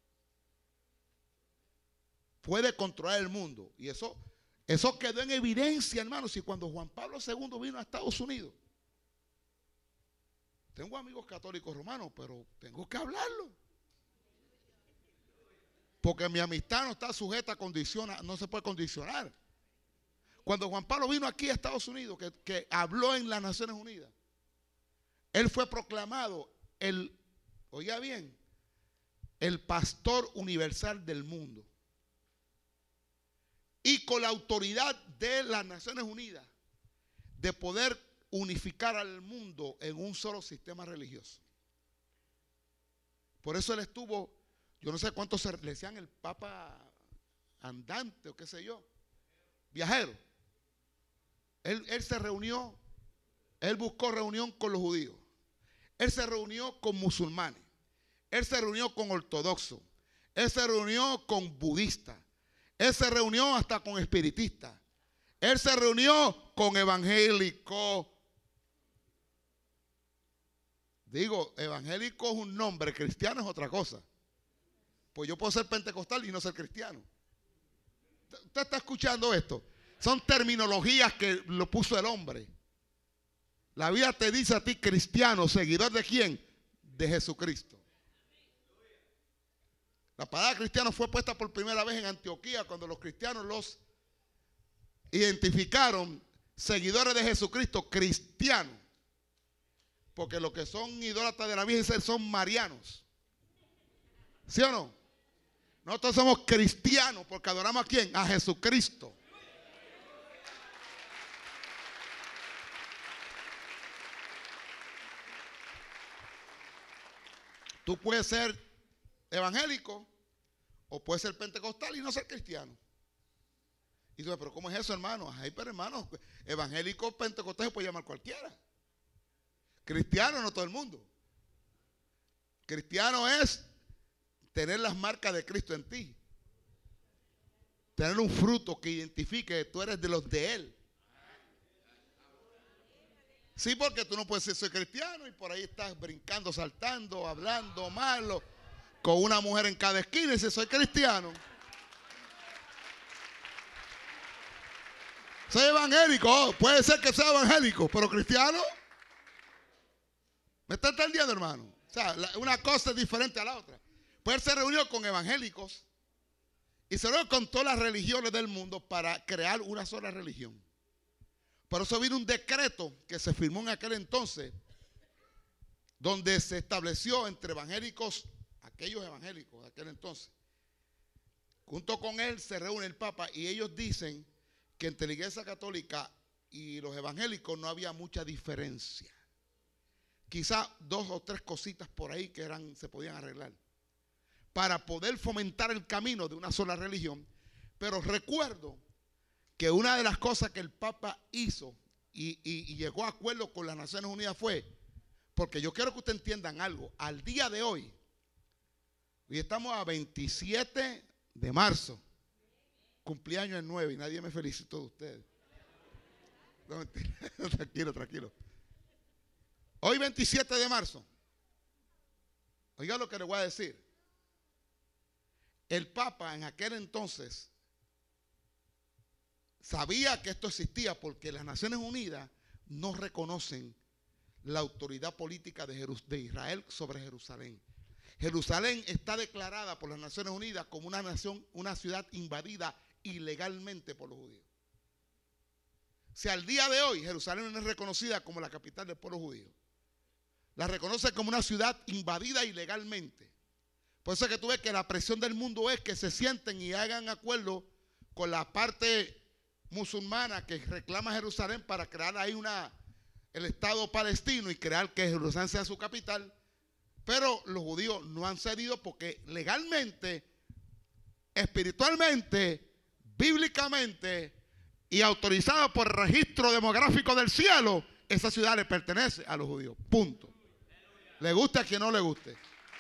Puede controlar el mundo. Y eso quedó en evidencia, hermanos. Y cuando Juan Pablo II vino a Estados Unidos, tengo amigos católicos romanos, pero tengo que hablarlo, porque mi amistad no está sujeta a condiciones, no se puede condicionar. Cuando Juan Pablo vino aquí a Estados Unidos, que habló en las Naciones Unidas, él fue proclamado oiga bien, el pastor universal del mundo. Y con la autoridad de las Naciones Unidas de poder unificar al mundo en un solo sistema religioso. Por eso él estuvo, yo no sé cuántos le decían el Papa andante o qué sé yo, viajero. Él se reunió, él buscó reunión con los judíos, él se reunió con musulmanes, él se reunió con ortodoxos, él se reunió con budistas, él se reunió hasta con espiritistas, él se reunió con evangélicos. Digo, evangélico es un nombre, cristiano es otra cosa. Pues yo puedo ser pentecostal y no ser cristiano. ¿Usted está escuchando esto? Son terminologías que lo puso el hombre. La Biblia te dice a ti cristiano, seguidor de quién? De Jesucristo. La palabra cristiano fue puesta por primera vez en Antioquía cuando los cristianos los identificaron seguidores de Jesucristo, cristianos. Porque los que son idólatras de la Virgen son marianos. ¿Sí o no? Nosotros somos cristianos porque adoramos a quién? A Jesucristo. Tú puedes ser evangélico o puedes ser pentecostal y no ser cristiano. Y tú dices, pero ¿cómo es eso, hermano? Ay, pero hermano, evangélico, pentecostal se puede llamar cualquiera. Cristiano no todo el mundo. Cristiano es tener las marcas de Cristo en ti. Tener un fruto que identifique que tú eres de los de Él. Sí, porque tú no puedes decir soy cristiano y por ahí estás brincando, saltando, hablando malo, con una mujer en cada esquina y dices soy cristiano. Soy evangélico, puede ser que sea evangélico, pero cristiano. ¿Me está entendiendo, hermano? O sea, una cosa es diferente a la otra. Pues él se reunió con evangélicos y se reunió con todas las religiones del mundo para crear una sola religión. Por eso vino un decreto que se firmó en aquel entonces, donde se estableció entre evangélicos, aquellos evangélicos de aquel entonces, junto con él se reúne el Papa y ellos dicen que entre la Iglesia Católica y los evangélicos no había mucha diferencia. Quizá 2 o 3 cositas por ahí que se podían arreglar para poder fomentar el camino de una sola religión. Pero recuerdo que una de las cosas que el Papa hizo y llegó a acuerdo con las Naciones Unidas fue, porque yo quiero que ustedes entiendan algo, al día de hoy estamos a 27 de marzo, cumpleaños el 9 y nadie me felicitó de ustedes. No, tranquilo, tranquilo. Hoy 27 de marzo, oiga lo que le voy a decir. El Papa en aquel entonces sabía que esto existía porque las Naciones Unidas no reconocen la autoridad política de Israel sobre Jerusalén. Jerusalén está declarada por las Naciones Unidas como una nación, una ciudad invadida ilegalmente por los judíos. Si al día de hoy Jerusalén no es reconocida como la capital del pueblo judío, la reconoce como una ciudad invadida ilegalmente. Por eso es que tú ves que la presión del mundo es que se sienten y hagan acuerdo con la parte musulmana que reclama Jerusalén para crear ahí el Estado palestino y crear que Jerusalén sea su capital. Pero los judíos no han cedido porque legalmente, espiritualmente, bíblicamente y autorizado por el registro demográfico del cielo, esa ciudad le pertenece a los judíos. Punto. Le guste a quien no le guste.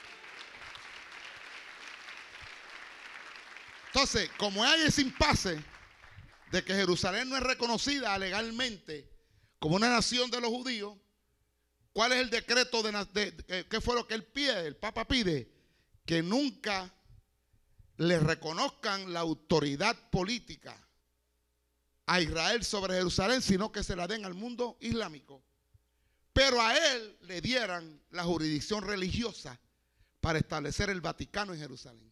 Entonces, como hay ese impasse de que Jerusalén no es reconocida legalmente como una nación de los judíos, ¿cuál es el decreto qué fue lo que él pide? El Papa pide que nunca le reconozcan la autoridad política a Israel sobre Jerusalén, sino que se la den al mundo islámico. Pero a él le dieran la jurisdicción religiosa para establecer el Vaticano en Jerusalén.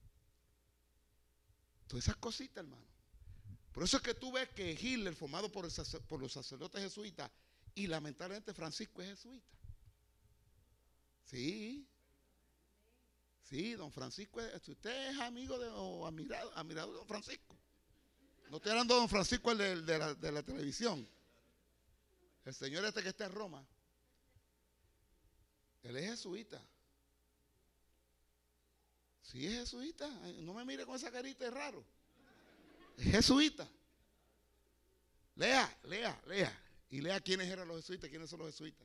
Todas esas cositas, hermano. Por eso es que tú ves que Hitler, formado por los sacerdotes jesuitas, y lamentablemente Francisco es jesuita. Sí. Sí, don Francisco, si usted es amigo o admirado de don Francisco. No estoy hablando de don Francisco, el de la televisión. El señor este que está en Roma. Él es jesuita. Sí, es jesuita. No me mire con esa carita, es raro. Es jesuita. Lea. Y lea quiénes eran los jesuitas, quiénes son los jesuitas.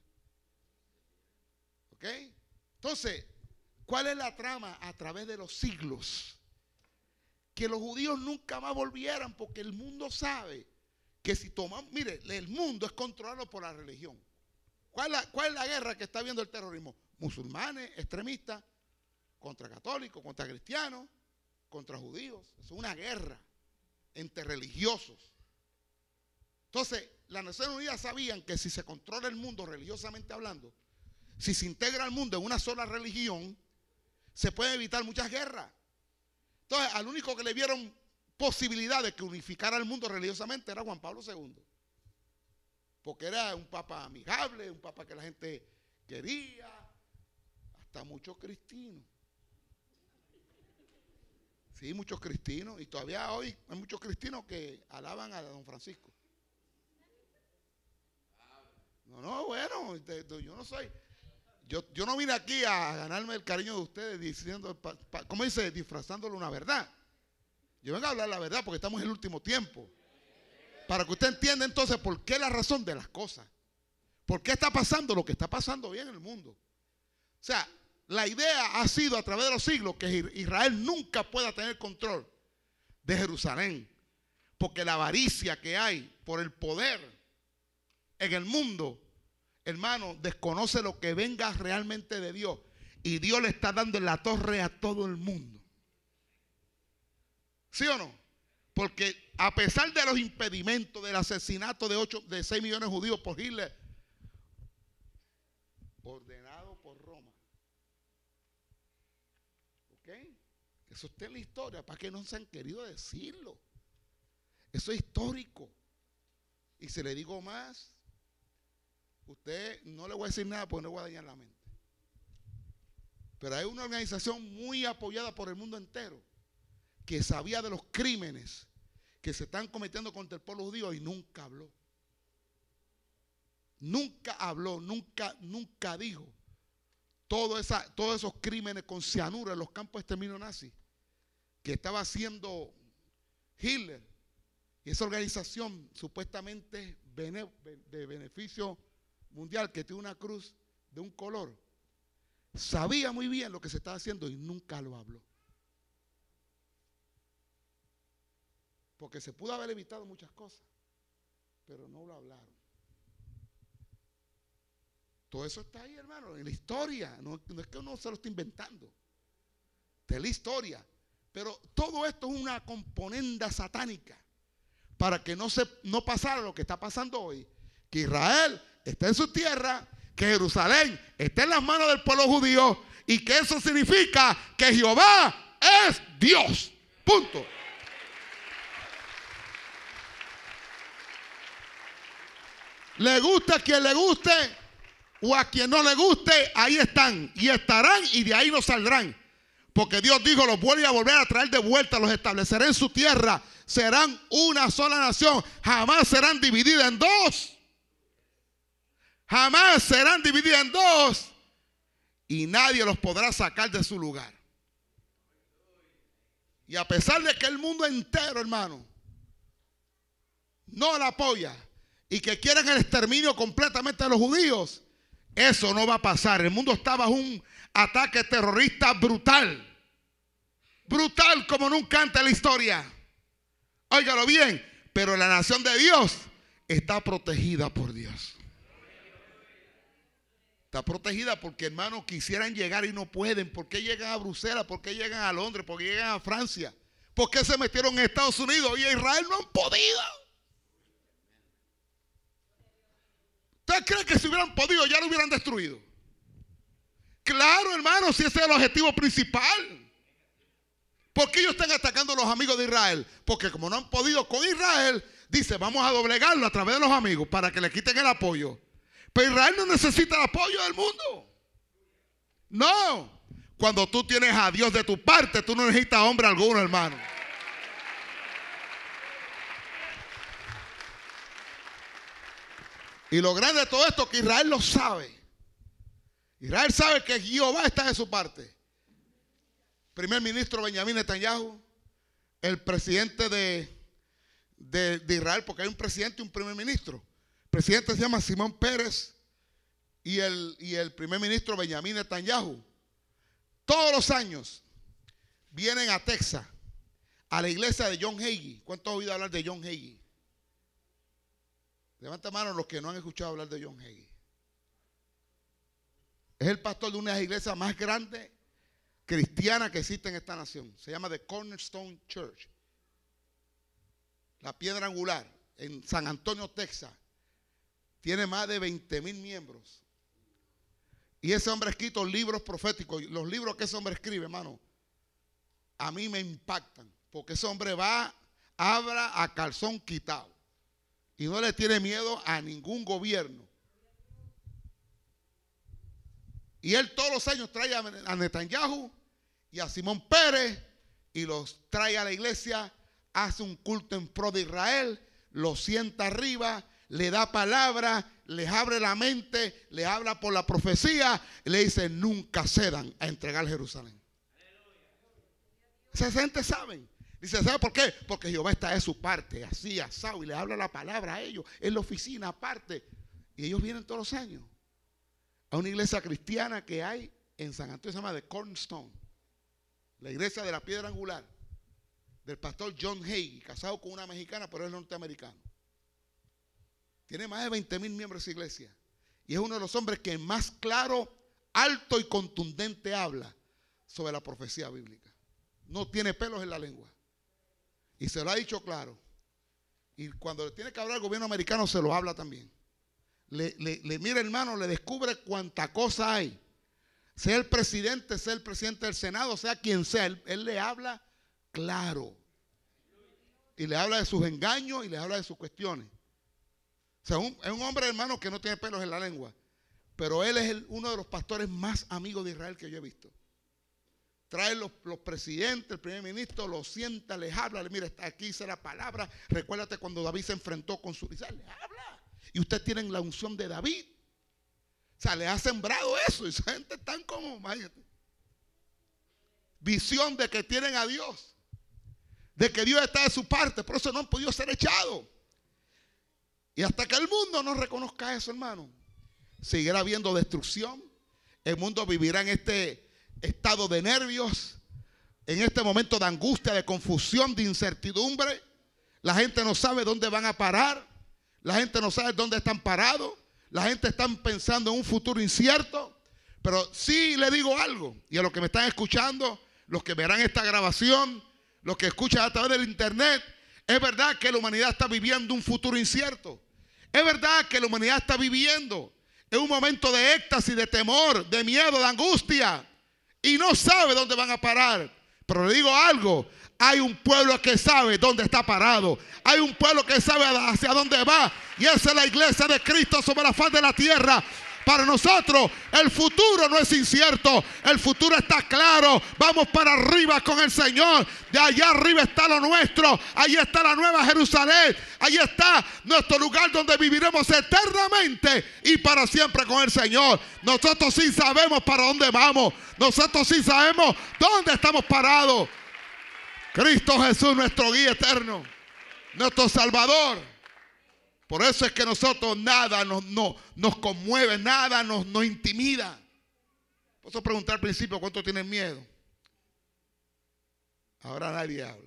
¿Ok? Entonces, ¿cuál es la trama a través de los siglos? Que los judíos nunca más volvieran, porque el mundo sabe que si tomamos, mire, el mundo es controlado por la religión. ¿Cuál es la guerra que está viendo el terrorismo? Musulmanes, extremistas, contra católicos, contra cristianos, contra judíos. Es una guerra entre religiosos. Entonces, las Naciones Unidas sabían que si se controla el mundo religiosamente hablando, si se integra el mundo en una sola religión, se pueden evitar muchas guerras. Entonces, al único que le vieron posibilidad de que unificara el mundo religiosamente era Juan Pablo II. Porque era un papa amigable, un papa que la gente quería, hasta muchos cristianos. Sí, muchos cristianos, y todavía hoy hay muchos cristianos que alaban a don Francisco. No, bueno, yo no soy... Yo no vine aquí a ganarme el cariño de ustedes diciendo, ¿cómo dice? Disfrazándole una verdad. Yo vengo a hablar la verdad porque estamos en el último tiempo. Para que usted entienda entonces por qué la razón de las cosas. ¿Por qué está pasando lo que está pasando hoy en el mundo? O sea, la idea ha sido a través de los siglos que Israel nunca pueda tener control de Jerusalén. Porque la avaricia que hay por el poder en el mundo, hermano, desconoce lo que venga realmente de Dios. Y Dios le está dando en la torre a todo el mundo. ¿Sí o no? Porque a pesar de los impedimentos del asesinato de 6 millones de judíos por Hitler, ordenado por Roma. ¿Ok? Eso está en la historia. ¿Para qué no se han querido decirlo? Eso es histórico. Y si le digo más, usted no le voy a decir nada porque no le voy a dañar la mente. Pero hay una organización muy apoyada por el mundo entero que sabía de los crímenes que se están cometiendo contra el pueblo judío y nunca habló. Nunca habló, nunca dijo todos esos crímenes con cianuro en los campos de exterminio nazi que estaba haciendo Hitler. Y esa organización supuestamente de beneficio mundial que tiene una cruz de un color, sabía muy bien lo que se estaba haciendo y nunca lo habló. Porque se pudo haber evitado muchas cosas, pero no lo hablaron. Todo eso está ahí, hermano, en la historia. No es que uno se lo esté inventando. Está en la historia. Pero todo esto es una componenda satánica para que no pasara lo que está pasando hoy. Que Israel está en su tierra, que Jerusalén está en las manos del pueblo judío y que eso significa que Jehová es Dios. Punto. Le gusta a quien le guste o a quien no le guste, ahí están y estarán y de ahí no saldrán. Porque Dios dijo, los voy a volver a traer de vuelta, los estableceré en su tierra. Serán una sola nación, jamás serán divididas en dos. Jamás serán divididas en dos y nadie los podrá sacar de su lugar. Y a pesar de que el mundo entero, hermano, no la apoya y que quieren el exterminio completamente de los judíos, eso no va a pasar. El mundo está bajo un ataque terrorista brutal. Brutal como nunca antes en la historia. Óigalo bien, pero la nación de Dios está protegida por Dios. Está protegida porque, hermanos, quisieran llegar y no pueden. ¿Por qué llegan a Bruselas? ¿Por qué llegan a Londres? ¿Por qué llegan a Francia? ¿Por qué se metieron en Estados Unidos y a Israel no han podido? ¿Usted cree que si hubieran podido ya lo hubieran destruido? Claro, hermano, si ese es el objetivo principal. ¿Por qué ellos están atacando a los amigos de Israel? Porque como no han podido con Israel, dice, vamos a doblegarlo a través de los amigos para que le quiten el apoyo. Pero Israel no necesita el apoyo del mundo. No. Cuando tú tienes a Dios de tu parte, tú no necesitas hombre alguno, hermano. Y lo grande de todo esto es que Israel lo sabe. Israel sabe que Jehová está de su parte. Primer ministro Benjamín Netanyahu, el presidente de Israel, porque hay un presidente y un primer ministro. El presidente se llama Simón Pérez y el primer ministro Benjamín Netanyahu. Todos los años vienen a Texas, a la iglesia de John Hagee. ¿Cuántos han oído hablar de John Hagee? Levanta mano los que no han escuchado hablar de John Hagee. Es el pastor de una de las iglesias más grandes cristianas que existe en esta nación. Se llama The Cornerstone Church. La piedra angular en San Antonio, Texas. Tiene más de 20,000 miembros. Y ese hombre ha escrito libros proféticos. Los libros que ese hombre escribe, hermano, a mí me impactan. Porque ese hombre habla a calzón quitado. Y no le tiene miedo a ningún gobierno. Y él todos los años trae a Netanyahu y a Simón Pérez y los trae a la iglesia, hace un culto en pro de Israel, los sienta arriba, le da palabra, les abre la mente, les habla por la profecía y le dice: nunca cedan a entregar Jerusalén. Esa gente sabe. Dice: ¿sabe por qué? Porque Jehová está de su parte, así, asado, y le habla la palabra a ellos, en la oficina aparte. Y ellos vienen todos los años a una iglesia cristiana que hay en San Antonio, se llama The Cornerstone, la iglesia de la piedra angular, del pastor John Hagee, casado con una mexicana, pero es norteamericano. Tiene más de 20,000 miembros esa iglesia. Y es uno de los hombres que más claro, alto y contundente habla sobre la profecía bíblica. No tiene pelos en la lengua. Y se lo ha dicho claro. Y cuando le tiene que hablar al gobierno americano, se lo habla también. Le mira, hermano, le descubre cuánta cosa hay. Sea el presidente del Senado, sea quien sea, él le habla claro. Y le habla de sus engaños y le habla de sus cuestiones. O sea, es un hombre, hermano, que no tiene pelos en la lengua. Pero él es uno de los pastores más amigos de Israel que yo he visto. Trae los presidentes, el primer ministro, los sienta, les habla, mira, está aquí, dice la palabra. Recuérdate cuando David se enfrentó con su Israel, le habla. Y ustedes tienen la unción de David. O sea, le ha sembrado eso. Y esa gente está como, imagínate, visión de que tienen a Dios, de que Dios está de su parte. Por eso no han podido ser echados. Y hasta que el mundo no reconozca eso, hermano, seguirá habiendo destrucción. El mundo vivirá en este estado de nervios, en este momento de angustia, de confusión, de incertidumbre. La gente no sabe dónde van a parar. La gente no sabe dónde están parados. La gente está pensando en un futuro incierto. Pero sí le digo algo, y a los que me están escuchando, los que verán esta grabación, los que escuchan a través del internet, es verdad que la humanidad está viviendo un futuro incierto. Es verdad que la humanidad está viviendo en un momento de éxtasis, de temor, de miedo, de angustia. Y no sabe dónde van a parar. Pero le digo algo: hay un pueblo que sabe dónde está parado. Hay un pueblo que sabe hacia dónde va. Y esa es la iglesia de Cristo sobre la faz de la tierra. Para nosotros el futuro no es incierto. El futuro está claro. Vamos para arriba con el Señor. De allá arriba está lo nuestro. Allí está la nueva Jerusalén. Allí está nuestro lugar donde viviremos eternamente y para siempre con el Señor. Nosotros sí sabemos para dónde vamos. Nosotros sí sabemos dónde estamos parados. Cristo Jesús, nuestro guía eterno, nuestro Salvador. Por eso es que nosotros nada nos conmueve, nada nos intimida. Por eso pregunté al principio: ¿cuántos tienen miedo? Ahora nadie habla.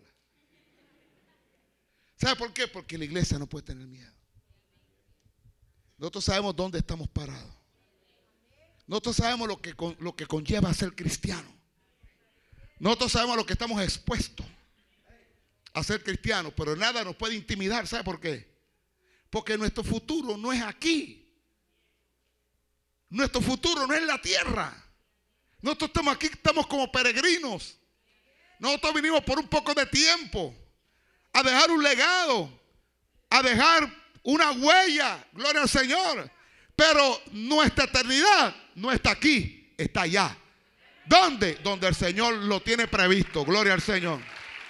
¿Sabe por qué? Porque la iglesia no puede tener miedo. Nosotros sabemos dónde estamos parados. Nosotros sabemos lo que conlleva ser cristiano. Nosotros sabemos lo que estamos expuestos a ser cristianos, pero nada nos puede intimidar. ¿Sabe por qué? Porque nuestro futuro no es aquí. Nuestro futuro no es la tierra. Nosotros estamos aquí, estamos como peregrinos. Nosotros vinimos por un poco de tiempo a dejar un legado, a dejar una huella, gloria al Señor. Pero nuestra eternidad no está aquí, está allá. ¿Dónde? Donde el Señor lo tiene previsto. Gloria al Señor.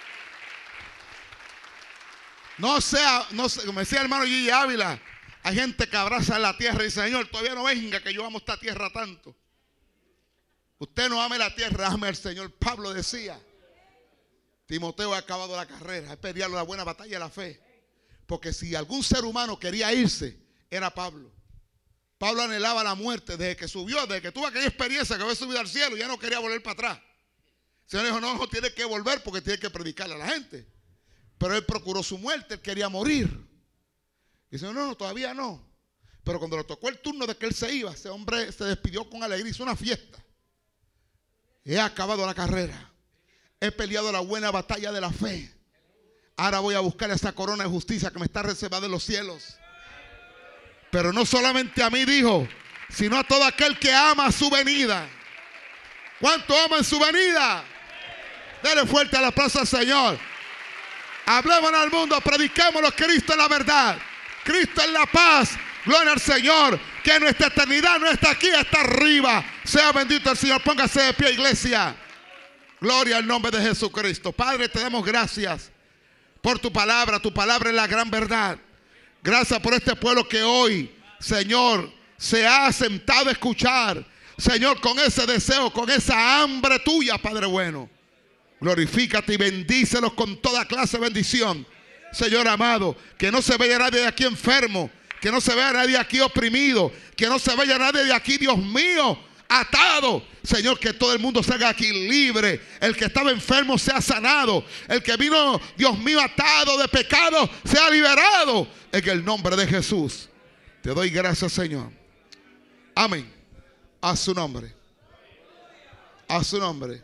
No sea, como decía el hermano Gigi Ávila, hay gente que abraza la tierra y dice: Señor, todavía no venga que yo amo esta tierra tanto. Usted no ame la tierra, ame al Señor. Pablo decía: Timoteo ha acabado la carrera, ha peleado la buena batalla de la fe. Porque si algún ser humano quería irse, era Pablo. Pablo anhelaba la muerte desde que subió, desde que tuvo aquella experiencia que había subido al cielo, ya no quería volver para atrás. El Señor dijo: no tiene que volver porque tiene que predicarle a la gente. Pero él procuró su muerte, él quería morir. Y dice: no, todavía no. Pero cuando le tocó el turno de que él se iba, ese hombre se despidió con alegría, hizo una fiesta. He acabado la carrera, he peleado la buena batalla de la fe. Ahora voy a buscar esa corona de justicia que me está reservada en los cielos. Pero no solamente a mí, dijo, sino a todo aquel que ama su venida. ¿Cuánto aman su venida? Dele fuerte el aplauso al Señor. Hablemos al mundo, prediquémoslo. Cristo es la verdad, Cristo es la paz. Gloria al Señor, que nuestra eternidad no está aquí, está arriba. Sea bendito el Señor. Póngase de pie, iglesia. Gloria al nombre de Jesucristo. Padre, te damos gracias por tu palabra. Tu palabra es la gran verdad. Gracias por este pueblo que hoy, Señor, se ha sentado a escuchar. Señor, con ese deseo, con esa hambre tuya, Padre bueno. Glorifícate y bendícelos con toda clase de bendición. Señor amado, que no se vaya nadie de aquí enfermo, que no se vea nadie aquí oprimido, que no se vaya nadie de aquí, Dios mío, atado. Señor, que todo el mundo salga aquí libre. El que estaba enfermo sea sanado. El que vino, Dios mío, atado de pecado, sea liberado. En el nombre de Jesús. Te doy gracias, Señor. Amén. A su nombre. A su nombre.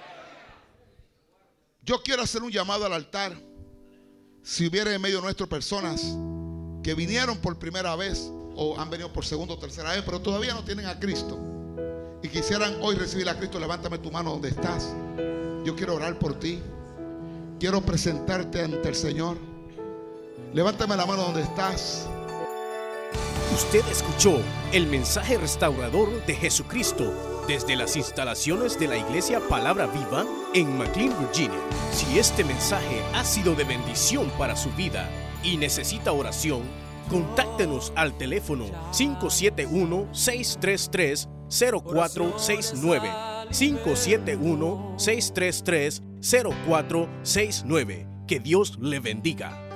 Yo quiero hacer un llamado al altar. Si hubiera en medio nuestro personas que vinieron por primera vez o han venido por segunda o tercera vez, pero todavía no tienen a Cristo y quisieran hoy recibir a Cristo, levántame tu mano donde estás. Yo quiero orar por ti. Quiero presentarte ante el Señor. Levántame la mano donde estás. Usted escuchó el mensaje restaurador de Jesucristo desde las instalaciones de la Iglesia Palabra Viva en McLean, Virginia. Si este mensaje ha sido de bendición para su vida y necesita oración, contáctenos al teléfono 571-633-0469. 571-633-0469. Que Dios le bendiga.